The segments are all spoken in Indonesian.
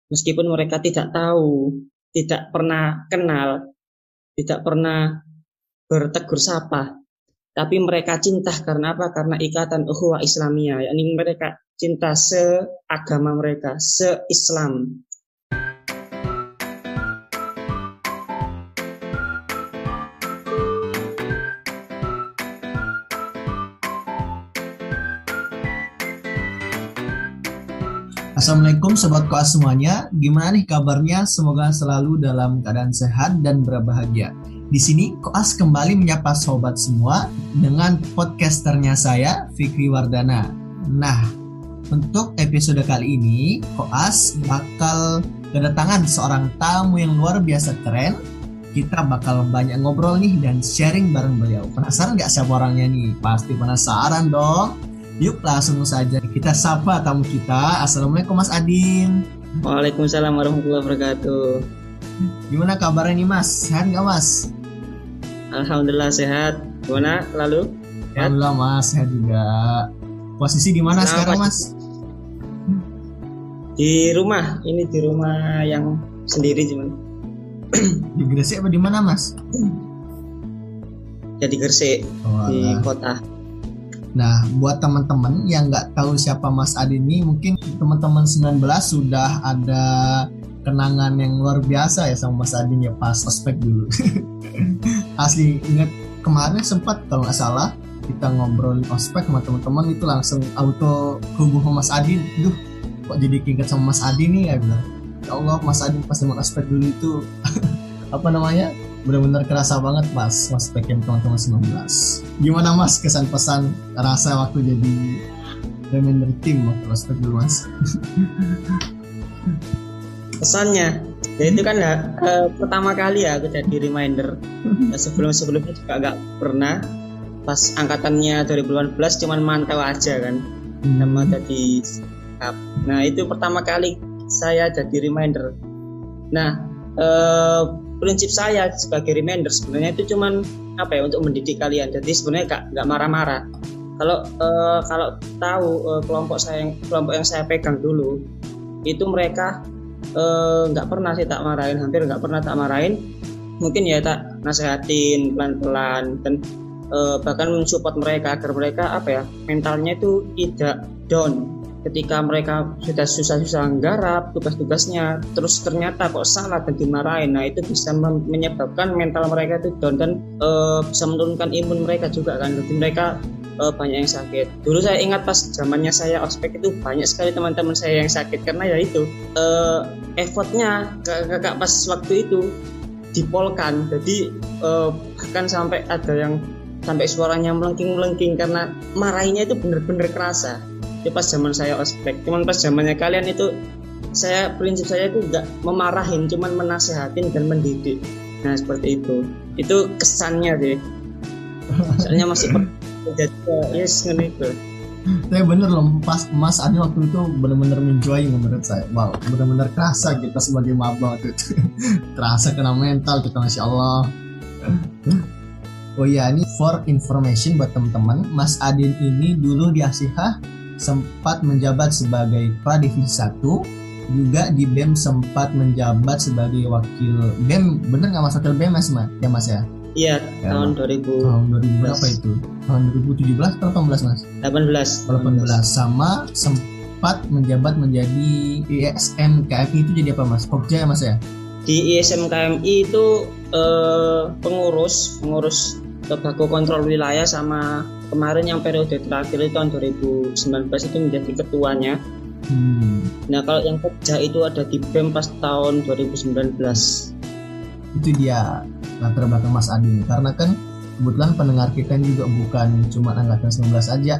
meskipun mereka tidak tahu, tidak pernah kenal, tidak pernah bertegur sapa, tapi mereka cinta karena apa? Karena ikatan ukhuwah Islamiyah, yakni mereka cinta seagama mereka, se-Islam. Assalamualaikum Sobat Koas semuanya, gimana nih kabarnya? Semoga selalu dalam keadaan sehat dan berbahagia. Di sini Koas kembali menyapa sobat semua dengan podcasternya saya, Fikri Wardana. Nah, untuk episode kali ini, Koas bakal kedatangan seorang tamu yang luar biasa keren. Kita bakal banyak ngobrol nih dan sharing bareng beliau. Penasaran gak siapa orangnya nih? Pasti penasaran dong. Yuk langsung saja kita sapa tamu kita. Assalamualaikum Mas Adin. Waalaikumsalam warahmatullahi wabarakatuh. Gimana kabarnya nih Mas? Sehat nggak Mas? Alhamdulillah sehat. Gimana lalu? Alhamdulillah Mas, sehat juga. Posisi di mana sekarang Mas? Di rumah. Ini di rumah yang sendiri cuman. Di Gresik apa di mana Mas? Ya di Gresik, di kota. Nah, buat teman-teman yang nggak tahu siapa Mas Adin ini, mungkin teman-teman 19 sudah ada kenangan yang luar biasa ya sama Mas Adin ya pas ospek dulu. Asli ingat kemarin sempat kalau nggak salah kita ngobrol ospek sama teman-teman itu langsung auto hubung sama Mas Adin. Duh, kok jadi keinget sama Mas Adin nih ya bilang. Ya Allah, Mas Adin pas zaman ospek dulu itu apa namanya? Benar-benar kerasa banget pas ospekin teman-teman 19. Gimana Mas kesan pesan rasa waktu jadi reminder tim waktu ospek dulu Mas? Pesannya ya itu kan pertama kali ya aku jadi reminder. Sebelumnya juga gak pernah. Pas angkatannya 2018 cuman mantau aja kan sama tadi. Nah itu pertama kali saya jadi reminder. Nah prinsip saya sebagai reminder sebenarnya itu cuman apa ya, untuk mendidik kalian. Jadi sebenarnya nggak marah-marah. Kalau tahu kelompok yang saya pegang dulu itu mereka nggak pernah sih tak marahin, hampir nggak pernah tak marahin. Mungkin ya tak nasehatin pelan-pelan dan bahkan mensupport mereka agar mereka apa ya, mentalnya itu tidak down. Ketika mereka sudah susah-susah nggarap tugas-tugasnya, terus ternyata kok salah dan dimarahin, nah itu bisa menyebabkan mental mereka itu down dan bisa menurunkan imun mereka juga kan. Jadi mereka banyak yang sakit. Dulu saya ingat pas zamannya saya ospek itu banyak sekali teman-teman saya yang sakit karena ya itu effortnya kakak pas waktu itu dipolkan. Jadi bahkan sampai ada yang sampai suaranya melengking-melengking karena marahinnya itu benar-benar kerasa. Itu pas zaman saya ospek. Cuman pas zamannya kalian itu prinsip saya itu enggak memarahin, cuman menasehatin dan mendidik. Nah seperti itu. Itu kesannya deh. Soalnya masih jadi yes gitu. Tapi bener loh, pas Mas Adin waktu itu benar-benar enjoy menurut saya. Wow, benar-benar kerasa kita sebagai maba waktu itu. Terasa kena mental kita, Masya Allah. Oh iya, ini for information buat teman-teman, Mas Adin ini dulu di Asihah sempat menjabat sebagai Pradivisi 1, juga di BEM sempat menjabat sebagai wakil BEM. Bener nggak Mas, wakil BEM Mas? Ya Mas ya? Iya, ya, tahun 2000. Tahun 2000 berapa itu? Tahun 2017 atau 18 Mas? 18. Sama sempat menjabat menjadi ISM KMI itu jadi apa Mas? Pokja ya Mas ya? Di ISM KMI itu pengurus tembakau kontrol wilayah, sama kemarin yang periode terakhir itu tahun 2019 itu menjadi ketuanya. Nah kalau yang kerja itu ada di BEM pas tahun 2019. Itu dia latar belakang Mas Adin. Karena kan kebetulan pendengar kita juga bukan cuma angkatan 19 aja.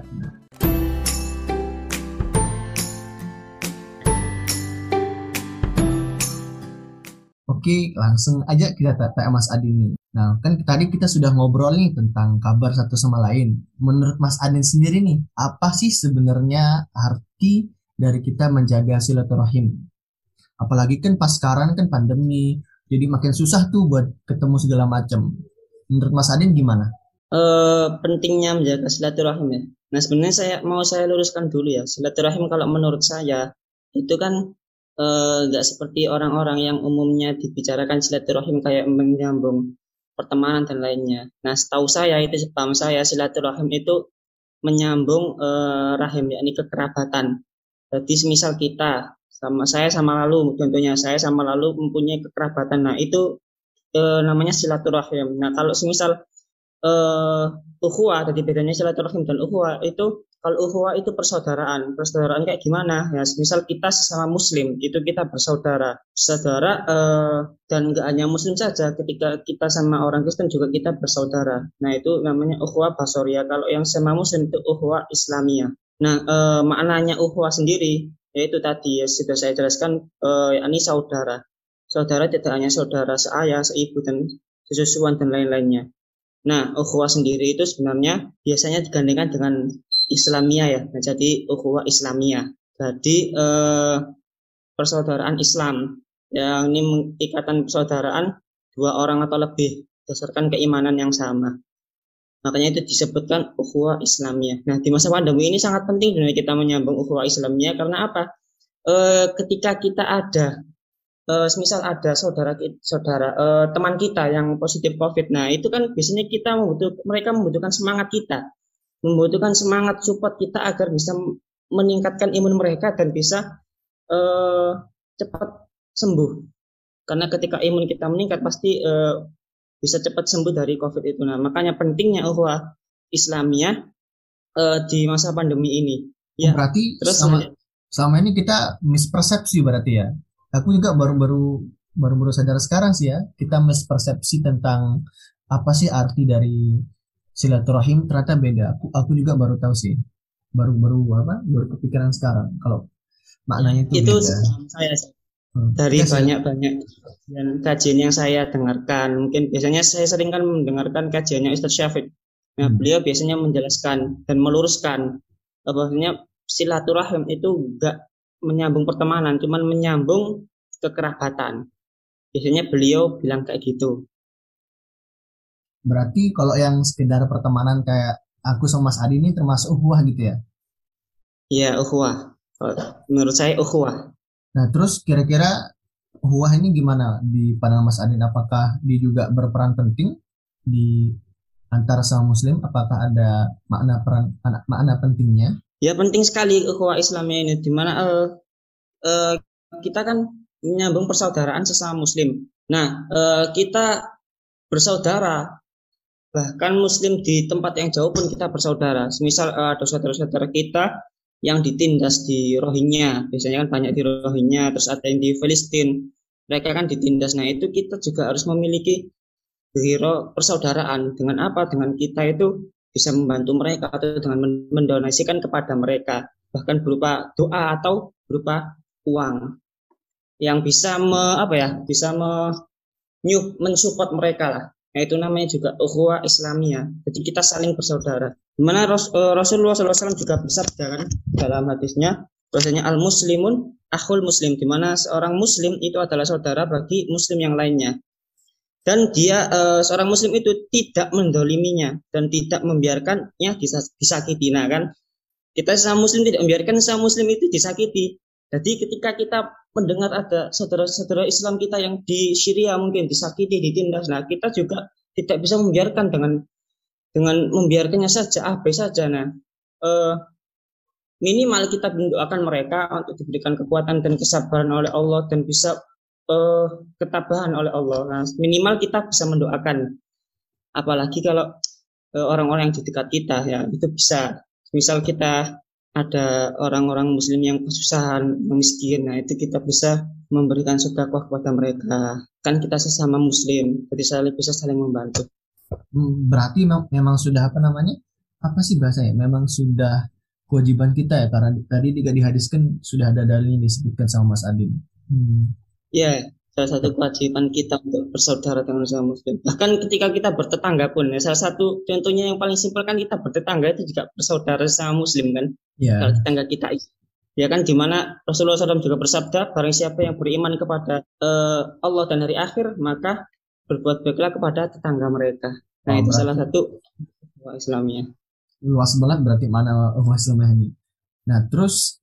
Oke, langsung aja kita tanya Mas Adin nih. Nah, kan tadi kita sudah ngobrol nih tentang kabar satu sama lain. Menurut Mas Adin sendiri nih, apa sih sebenarnya arti dari kita menjaga silaturahim? Apalagi kan pas sekarang kan pandemi, jadi makin susah tuh buat ketemu segala macam. Menurut Mas Adin gimana? Pentingnya menjaga silaturahim ya. Nah sebenarnya saya luruskan dulu ya. Silaturahim kalau menurut saya itu kan nggak seperti orang-orang yang umumnya dibicarakan silaturahim kayak menyambung pertemanan dan lainnya. Nah, setahu saya itu paham saya silaturahim itu menyambung rahim yakni kekerabatan. Jadi semisal kita sama lalu contohnya saya sama lalu mempunyai kekerabatan. Nah, itu namanya silaturahim. Nah, kalau semisal ukhuwah, tadi bedanya silaturahim dan ukhuwah itu, kalau ukhuwah itu persaudaraan kayak gimana ya, misal kita sesama muslim itu kita bersaudara dan nggak hanya muslim saja, ketika kita sama orang Kristen juga kita bersaudara. Nah, itu namanya ukhuwah basoriyah. Kalau yang sama muslim itu ukhuwah islamiyah. Nah, maknanya ukhuwah sendiri yaitu tadi ya sudah saya jelaskan, yakni saudara tidak hanya saudara seayah, seibu dan sesusuan dan lain-lainnya. Nah, ukhuwah sendiri itu sebenarnya biasanya digandengkan dengan Islamiyah ya. Nah, jadi ukhuwah Islamiyah. Jadi persaudaraan Islam yang ini ikatan persaudaraan dua orang atau lebih berdasarkan keimanan yang sama. Makanya itu disebutkan ukhuwah Islamiyah. Nah, di masa pandemi ini sangat penting sebenarnya kita menyambung ukhuwah Islamiyah karena apa? Ketika kita ada misal ada teman kita yang positif COVID, nah itu kan biasanya mereka membutuhkan semangat kita, membutuhkan semangat support kita agar bisa meningkatkan imun mereka dan bisa cepat sembuh. Karena ketika imun kita meningkat pasti bisa cepat sembuh dari COVID itu. Nah, makanya pentingnya ukhuwah Islamiyah di masa pandemi ini. Ya. Berarti terus sama ini kita mispersepsi berarti ya. Aku juga baru sadar sekarang sih ya, kita mispersepsi tentang apa sih arti dari silaturahim, ternyata beda. Aku juga baru tahu sih, baru kepikiran sekarang kalau maknanya itu beda. Saya dari banyak kajian yang saya dengarkan, mungkin biasanya saya sering kan mendengarkan kajiannya Ustadz Syafiq. Nah, beliau biasanya menjelaskan dan meluruskan bahwasanya silaturahim itu enggak menyambung pertemanan, cuman menyambung kekerabatan. Biasanya beliau bilang kayak gitu. Berarti kalau yang sekedar pertemanan kayak aku sama Mas Adi ini termasuk ukhuwah gitu ya? Iya, ukhuwah. Menurut saya ukhuwah. Nah, terus kira-kira ukhuwah ini gimana di pandangan Mas Adi? Apakah dia juga berperan penting di antara sama muslim? Apakah ada makna pentingnya? Ya, penting sekali ukhuwah Islamiyah ini, di mana kita kan menyambung persaudaraan sesama muslim. Nah, kita bersaudara, bahkan muslim di tempat yang jauh pun kita bersaudara. Misal ada saudara-saudara kita yang ditindas di Rohingya, biasanya kan banyak di Rohingya, terus ada yang di Palestina, mereka kan ditindas. Nah, itu kita juga harus memiliki persaudaraan. Dengan apa? Dengan kita itu bisa membantu mereka atau dengan mendonasikan kepada mereka, bahkan berupa doa atau berupa uang yang bisa mensupport mereka lah. Nah, itu namanya juga ukhuwah Islamiyah. Jadi kita saling bersaudara. Dimana Rasulullah SAW juga bersabda kan dalam hadisnya, bahwasanya al-muslimun akhul muslim, dimana seorang muslim itu adalah saudara bagi muslim yang lainnya. Dan dia seorang muslim itu tidak mendoliminya dan tidak membiarkannya disakiti. Nah, kan kita sesama muslim tidak membiarkan sesama muslim itu disakiti. Jadi ketika kita mendengar ada saudara-saudara Islam kita yang di Syria mungkin disakiti, ditindas, nah kita juga tidak bisa membiarkan dengan membiarkannya saja, saja. Nah, minimal kita mendoakan mereka untuk diberikan kekuatan dan kesabaran oleh Allah dan bisa ketabahan oleh Allah. Nah, minimal kita bisa mendoakan. Apalagi kalau orang-orang yang di dekat kita ya, itu bisa. Misal kita ada orang-orang muslim yang kesusahan, yang miskin, nah itu kita bisa memberikan sedekah kepada mereka. Kan kita sesama muslim, jadi bisa saling membantu. Berarti memang sudah apa sih bahasanya? Memang sudah kewajiban kita ya, karena tadi juga dihadiskan sudah ada dalilnya disebutkan sama Mas Adin. Ya, salah satu kewajiban kita untuk bersaudara dengan sesama muslim. Bahkan ketika kita bertetangga pun, ya, salah satu contohnya yang paling simpel kan kita bertetangga itu juga bersaudara sesama muslim kan. Yeah. Kalau tetangga kita, ya kan, dimana Rasulullah SAW juga bersabda, barang siapa yang beriman kepada Allah dan hari akhir, maka berbuat baiklah kepada tetangga mereka. Nah, itu salah satu ukhuwah Islamiyah. Luas banget berarti mana ukhuwah Islamiyah ini. Nah, terus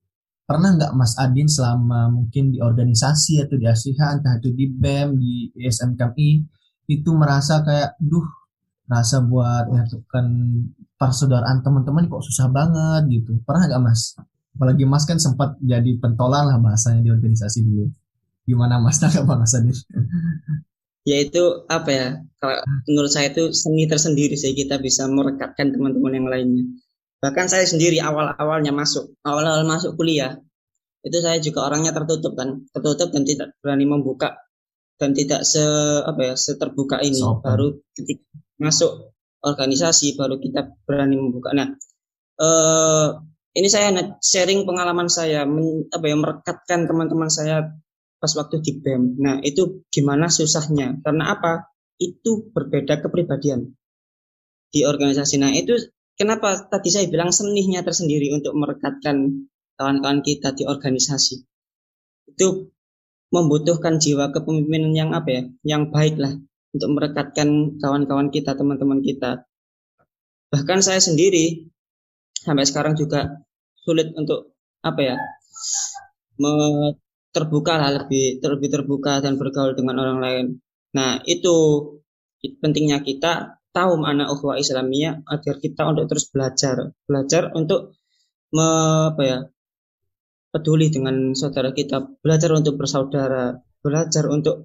pernah nggak Mas Adin selama mungkin di organisasi atau di ASIHA, entah itu di BEM, di SMKI, itu merasa kayak, duh, rasa buat menyatukan persaudaraan teman-teman kok susah banget gitu. Pernah nggak Mas? Apalagi Mas kan sempat jadi pentolan lah bahasanya di organisasi dulu. Gimana Mas tanggapan Mas Adin? Yaitu apa ya? Kalau menurut saya itu seni tersendiri sih kita bisa merekatkan teman-teman yang lainnya. Bahkan saya sendiri awal-awal masuk kuliah, itu saya juga orangnya tertutup dan tidak berani membuka dan tidak seterbuka ini. Sopan. Baru ketika masuk organisasi baru kita berani membuka. Nah, ini saya sharing pengalaman saya merekatkan teman-teman saya pas waktu di BEM. Nah, itu gimana susahnya? Karena apa? Itu berbeda kepribadian di organisasi. Nah, itu kenapa tadi saya bilang seninya tersendiri untuk merekatkan kawan-kawan kita di organisasi. Itu membutuhkan jiwa kepemimpinan yang baik lah untuk merekatkan kawan-kawan kita, teman-teman kita. Bahkan saya sendiri sampai sekarang juga sulit untuk terbuka lah, lebih terbuka dan bergaul dengan orang lain. Nah, itu pentingnya kita tahu makna ukhuwah Islamiyah agar kita untuk terus belajar untuk peduli dengan saudara kita, belajar untuk bersaudara, belajar untuk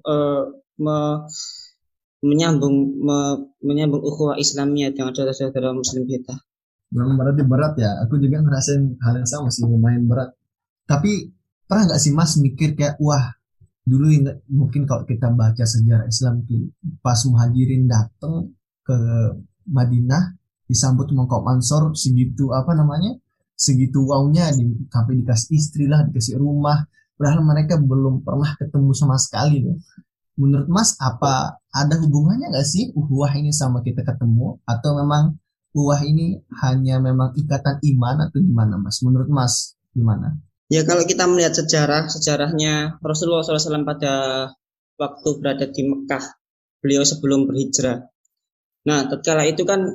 menyambung ukhuwah Islamiyah dengan saudara-saudara Muslim kita. Memang berarti berat ya. Aku juga ngerasain hal yang sama sih, lumayan berat. Tapi pernah nggak sih Mas mikir kayak, wah dulu mungkin kalau kita baca sejarah Islam tuh pas Muhajirin datang ke Madinah disambut sama kaum Ansor segitu segitu wownya, sampai dikasih istri lah, dikasih rumah, padahal mereka belum pernah ketemu sama sekali loh. Menurut Mas apa ada hubungannya nggak sih uhuwah ini sama kita ketemu, atau memang uhuwah ini hanya memang ikatan iman atau gimana Mas? Menurut Mas gimana? Ya, kalau kita melihat sejarahnya Rasulullah SAW pada waktu berada di Mekah, beliau sebelum berhijrah. Nah, tatkala itu kan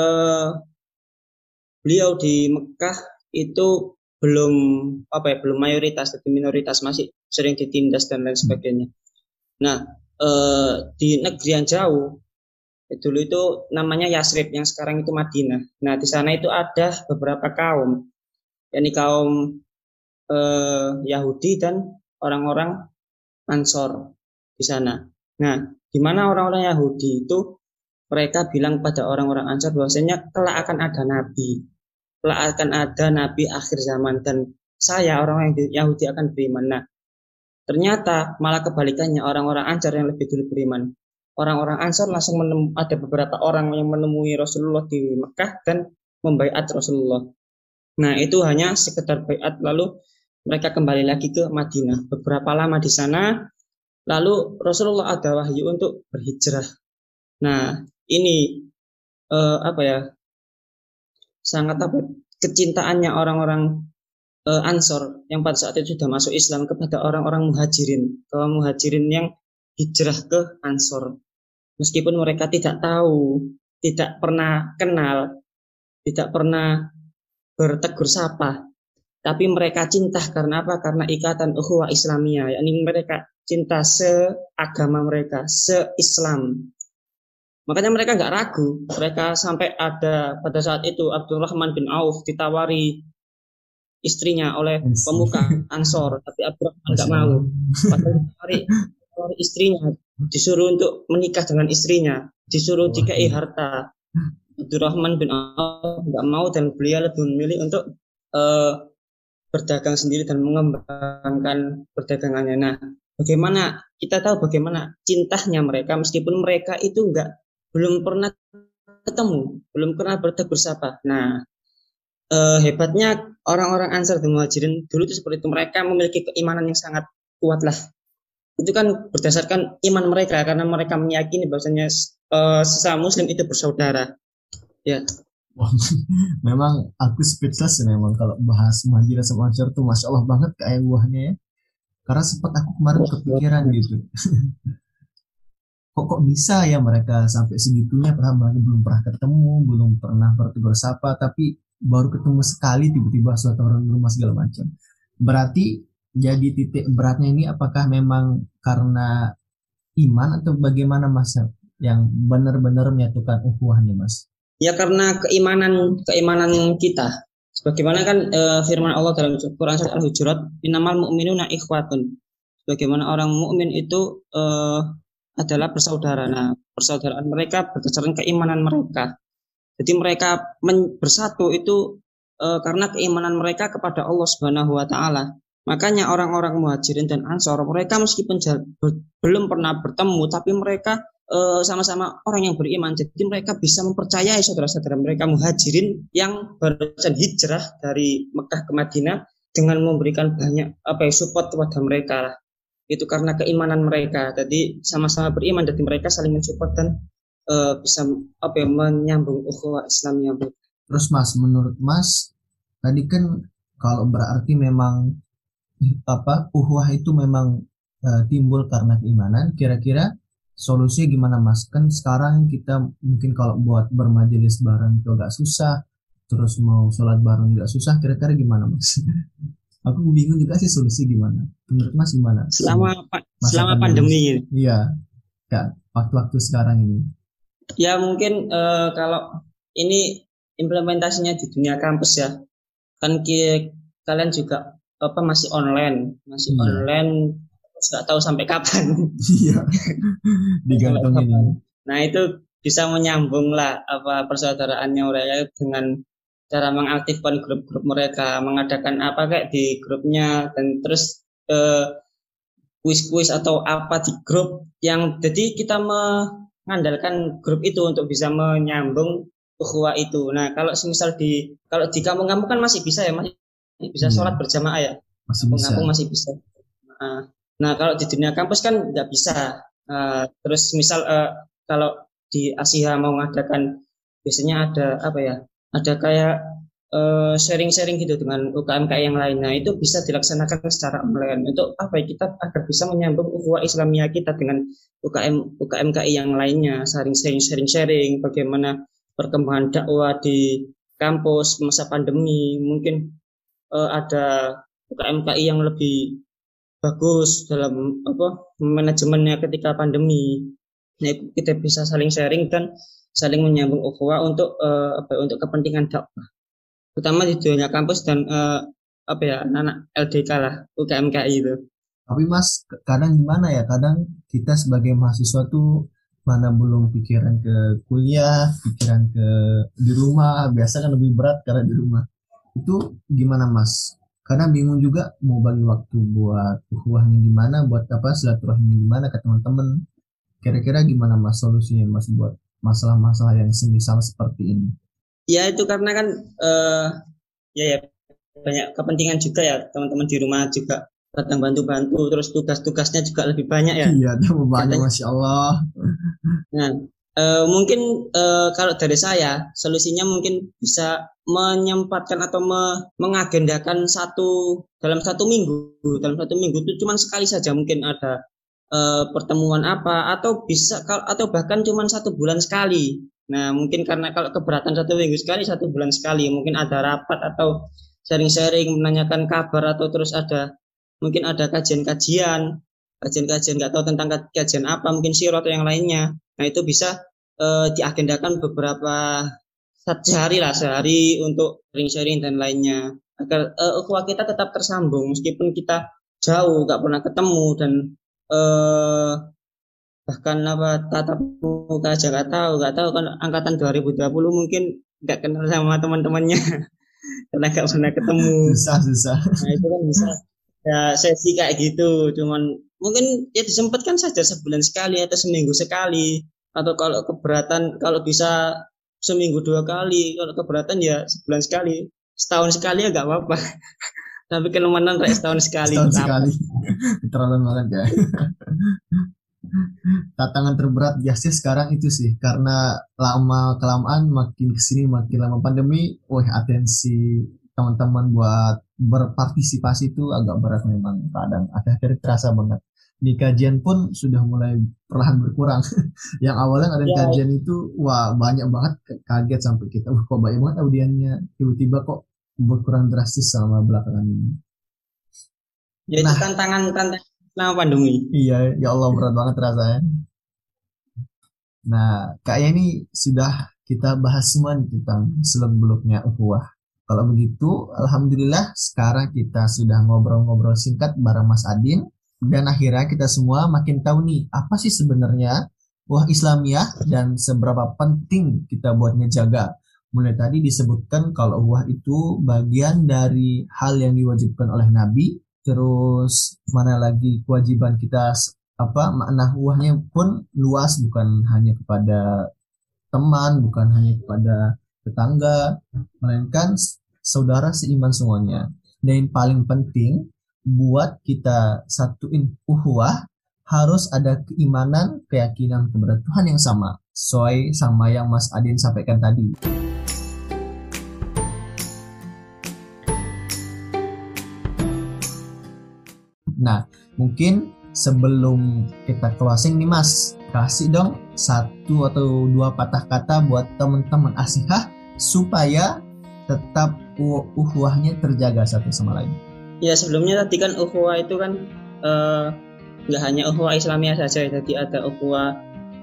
beliau di Mekah itu belum mayoritas, tapi minoritas, masih sering ditindas dan lain sebagainya. Nah, di negeri yang jauh dulu itu namanya Yasrib, yang sekarang itu Madinah. Nah, di sana itu ada beberapa kaum, yakni kaum Yahudi dan orang-orang Ansor di sana. Nah, di mana orang-orang Yahudi itu mereka bilang pada orang-orang Ansor bahwasanya kelak akan ada nabi akhir zaman dan saya orang Yahudi akan beriman. Nah, ternyata malah kebalikannya, orang-orang Ansor yang lebih dulu beriman. Orang-orang Ansor langsung ada beberapa orang yang menemui Rasulullah di Mekah dan membaiat Rasulullah. Nah, itu hanya sekedar baiat, lalu mereka kembali lagi ke Madinah. Beberapa lama di sana, lalu Rasulullah ada wahyu untuk berhijrah. Nah, ini sangat kecintaannya orang-orang Ansor yang pada saat itu sudah masuk Islam kepada orang-orang Muhajirin, kaum Muhajirin yang hijrah ke Ansor. Meskipun mereka tidak tahu, tidak pernah kenal, tidak pernah bertegur sapa, tapi mereka cinta karena apa? Karena ikatan ukhuwah Islamiyah, yakni mereka cinta seagama mereka, se-Islam. Makanya mereka nggak ragu, mereka sampai ada pada saat itu Abdurrahman bin Auf ditawari istrinya oleh pemuka Ansor, tapi Abdurrahman nggak mau. Padahal ditawari istrinya, disuruh untuk menikah dengan istrinya, disuruh dikai harta. Abdurrahman bin Auf nggak mau dan beliau lebih memilih untuk berdagang sendiri dan mengembangkan perdagangannya. Nah, bagaimana kita tahu bagaimana cintanya mereka meskipun mereka itu belum pernah ketemu, belum pernah bertegur sapa. Nah, hebatnya orang-orang Ansar dan Muhajirin dulu itu seperti itu, mereka memiliki keimanan yang sangat kuat lah. Itu kan berdasarkan iman mereka, karena mereka meyakini bahwasanya sesama Muslim itu bersaudara. Ya. Memang aku speechless ya, memang kalau bahas Muhajirin sama Ansar tuh Masya Allah banget kayak buahnya ya. Karena sempat aku kemarin kepikiran gitu. Kok bisa ya mereka sampai segitunya, padahal mereka belum pernah ketemu, belum pernah bertegur sapa, tapi baru ketemu sekali tiba-tiba suatu orang di rumah segala macam. Berarti jadi titik beratnya ini apakah memang karena iman atau bagaimana Mas yang benar-benar menyatukan ukhuwahnya Mas? Ya karena keimanan kita. Sebagaimana kan firman Allah dalam Quran surat Al-Hujurat, innamal mu'minuna ikhwatun. Sebagaimana orang mukmin itu adalah bersaudara. Nah, persaudaraan mereka berdasarkan keimanan mereka. Jadi mereka bersatu itu karena keimanan mereka kepada Allah Subhanahu wa taala. Makanya orang-orang Muhajirin dan Ansor, mereka meskipun belum pernah bertemu, tapi mereka sama-sama orang yang beriman. Jadi mereka bisa mempercayai saudara-saudara mereka Muhajirin yang barusan hijrah dari Mekah ke Madinah dengan memberikan banyak support kepada mereka lah. Itu karena keimanan mereka. Jadi sama-sama beriman, jadi mereka saling mensupport dan bisa menyambung ukhuwah Islamiyah. Terus Mas, menurut Mas tadi kan kalau berarti memang ukhuwah itu memang timbul karena keimanan, kira-kira solusinya gimana Mas? Kan sekarang kita mungkin kalau buat bermajelis bareng itu agak susah, terus mau sholat bareng juga susah, kira-kira gimana Mas? Aku bingung juga sih solusi gimana. Menurut Mas gimana? Selama pandemi. Iya, ya, waktu-waktu sekarang ini. Ya mungkin kalau ini implementasinya di dunia kampus ya, kan kalian juga masih online, nggak tahu sampai kapan. Iya, digantungin. Nah itu bisa menyambung lah persaudaraannya mereka dengan cara mengaktifkan grup-grup mereka, mengadakan kayak di grupnya, dan terus kuis-kuis atau apa di grup yang jadi kita mengandalkan grup itu untuk bisa menyambung ukhuwah itu. Nah kalau semisal kalau di kampung-kampung kan masih bisa ya, masih bisa sholat berjamaah ya, kampung masih bisa. Nah kalau di dunia kampus kan nggak bisa. Terus misal kalau di Asia mau mengadakan, biasanya ada kayak sharing-sharing gitu dengan UKM-KI yang lain. Nah itu bisa dilaksanakan secara online untuk kita agar bisa menyambung ukhuwah Islamiyah kita dengan UKM-KI yang lainnya, sharing bagaimana perkembangan dakwah di kampus masa pandemi. Mungkin ada UKM-KI yang lebih bagus dalam manajemennya ketika pandemi. Nah, kita bisa saling sharing dan saling menyambung ukhuwah untuk kepentingan dakwah, terutama di dunia kampus dan anak LDK lah, UKM-KI itu. Tapi Mas, kadang gimana ya? Kadang kita sebagai mahasiswa tuh mana belum pikiran ke kuliah, pikiran ke di rumah, biasa kan lebih berat karena di rumah. Itu gimana Mas? Karena bingung juga mau bagi waktu buat ukhuwahnya gimana, buat silaturahmi gimana ke teman-teman. Kira-kira gimana Mas solusinya Mas buat masalah-masalah yang semisal seperti ini? Ya itu karena kan ya banyak kepentingan juga ya, teman-teman di rumah juga datang bantu-bantu, terus tugas-tugasnya juga lebih banyak ya. Iya, banyak Masya Allah. Nah mungkin kalau dari saya solusinya mungkin bisa menyempatkan atau mengagendakan dalam satu minggu itu cuma sekali saja, mungkin ada pertemuan atau bahkan cuma 1 bulan sekali. Nah mungkin karena kalau keberatan 1 minggu sekali, 1 bulan sekali, mungkin ada rapat atau sharing-sharing, menanyakan kabar, atau terus mungkin ada kajian nggak tahu tentang kajian apa, mungkin sirah atau yang lainnya. Nah itu bisa diagendakan beberapa sehari untuk sharing dan lainnya, agar ukhuwah kita tetap tersambung meskipun kita jauh, nggak pernah ketemu, dan bahkan tatap muka aja nggak tahu kan angkatan 2020 mungkin nggak kenal sama teman-temannya karena nggak pernah ketemu. Susah. Nah itu kan bisa ya sesi kayak gitu, cuman mungkin ya disempatkan saja sebulan sekali atau seminggu sekali, atau kalau keberatan kalau bisa seminggu 2 kali, kalau keberatan ya sebulan sekali, setahun sekali ya nggak apa-apa. Tapi kelemahan kayak setahun sekali. Keterlaluan banget ya. Tantangan terberat biasanya sekarang itu sih, karena lama kelamaan makin kesini makin lama pandemi, atensi teman-teman buat berpartisipasi itu agak berat memang. Kadang akhir-akhir terasa banget. Di kajian pun sudah mulai perlahan berkurang. Yang awalnya ada kajian itu banyak banget, kaget sampai kita kok banyak banget audiennya, tiba-tiba kok berkurang drastis sama belakangan ini. Ya itu Nah, tantangan selama pandemi. iya, ya Allah berat banget rasanya. Nah, kayaknya ini sudah kita bahas semua nih tentang seluk-beluknya ukhuwah. Kalau begitu, alhamdulillah sekarang kita sudah ngobrol-ngobrol singkat bareng Mas Adin dan akhirnya kita semua makin tahu nih apa sih sebenarnya ukhuwah Islamiyah dan seberapa penting kita buat ngejaga. Mulai tadi disebutkan kalau ukhuwah itu bagian dari hal yang diwajibkan oleh Nabi, terus mana lagi kewajiban kita apa makna ukhuwahnya pun luas, bukan hanya kepada teman, bukan hanya kepada tetangga, melainkan saudara seiman semuanya. Dan yang paling penting buat kita satuin ukhuwah harus ada keimanan, keyakinan kepada Tuhan yang sama, sesuai sama yang Mas Adin sampaikan tadi. Nah, mungkin sebelum kita closing nih Mas, kasih dong satu atau dua patah kata buat teman-teman Asihah supaya tetap ukhuwahnya terjaga satu sama lain. Ya sebelumnya tadi kan ukhuwah itu kan nggak hanya ukhuwah Islamiyah saja, jadi ada ukhuwah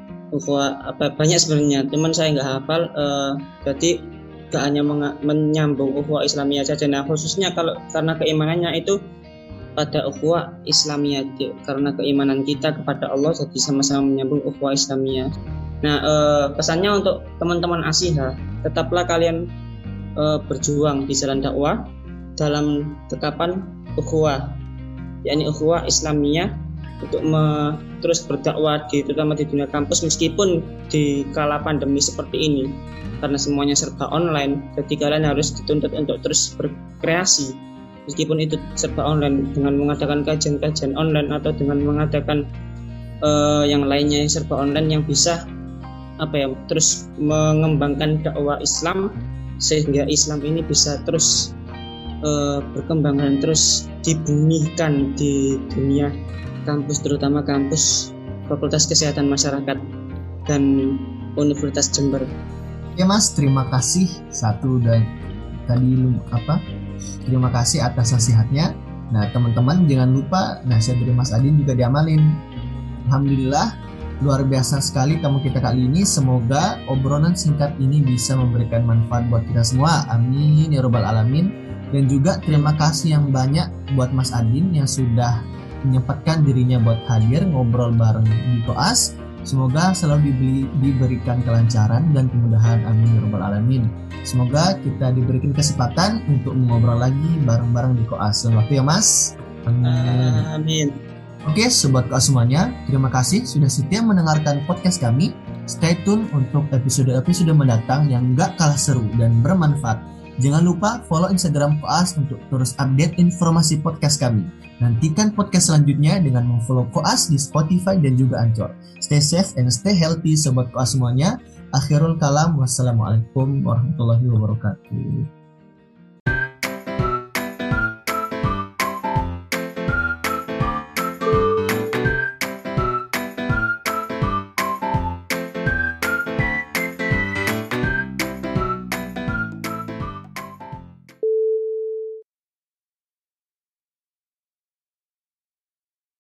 apa banyak sebenarnya. Cuman saya nggak hafal. Jadi nggak hanya menyambung ukhuwah Islamiyah saja. Nah khususnya karena keimanannya itu pada ukhuwah Islamiyah, karena keimanan kita kepada Allah jadi sama-sama menyambung ukhuwah Islamiyah. Nah pesannya untuk teman-teman Asihah, tetaplah kalian berjuang di jalan dakwah dalam tetapan ukhuwah, yakni ukhuwah Islamiyah, untuk terus berdakwah terutama di dunia kampus meskipun di kala pandemi seperti ini, karena semuanya serba online. Jadi kalian harus dituntut untuk terus berkreasi meskipun itu serba online, dengan mengadakan kajian-kajian online atau dengan mengadakan yang lainnya yang serba online yang bisa terus mengembangkan dakwah Islam sehingga Islam ini bisa terus berkembang dan terus dibumikan di dunia kampus, terutama kampus Fakultas Kesehatan Masyarakat dan Universitas Jember. Ya Mas, terima kasih satu dan tadi terima kasih atas nasihatnya. Nah teman-teman jangan lupa nasihat dari Mas Adin juga diamalin. Alhamdulillah luar biasa sekali tamu kita kali ini. Semoga obrolan singkat ini bisa memberikan manfaat buat kita semua. Amin ya robbal alamin. Dan juga terima kasih yang banyak buat Mas Adin yang sudah menyempatkan dirinya buat hadir ngobrol bareng di Koas. Semoga selalu diberikan kelancaran dan kemudahan. Amin ya robbal alamin. Semoga kita diberikan kesempatan untuk mengobrol lagi bareng-bareng di Koas. Selamat waktu ya Mas. Amin. Amin. Oke, sobat Koas semuanya, terima kasih sudah setia mendengarkan podcast kami. Stay tune untuk episode-episode mendatang yang gak kalah seru dan bermanfaat. Jangan lupa follow Instagram Koas untuk terus update informasi podcast kami. Nantikan podcast selanjutnya dengan memfollow Koas di Spotify dan juga Anchor. Stay safe and stay healthy sobat Koas semuanya. Akhirul kalam, wassalamualaikum warahmatullahi wabarakatuh.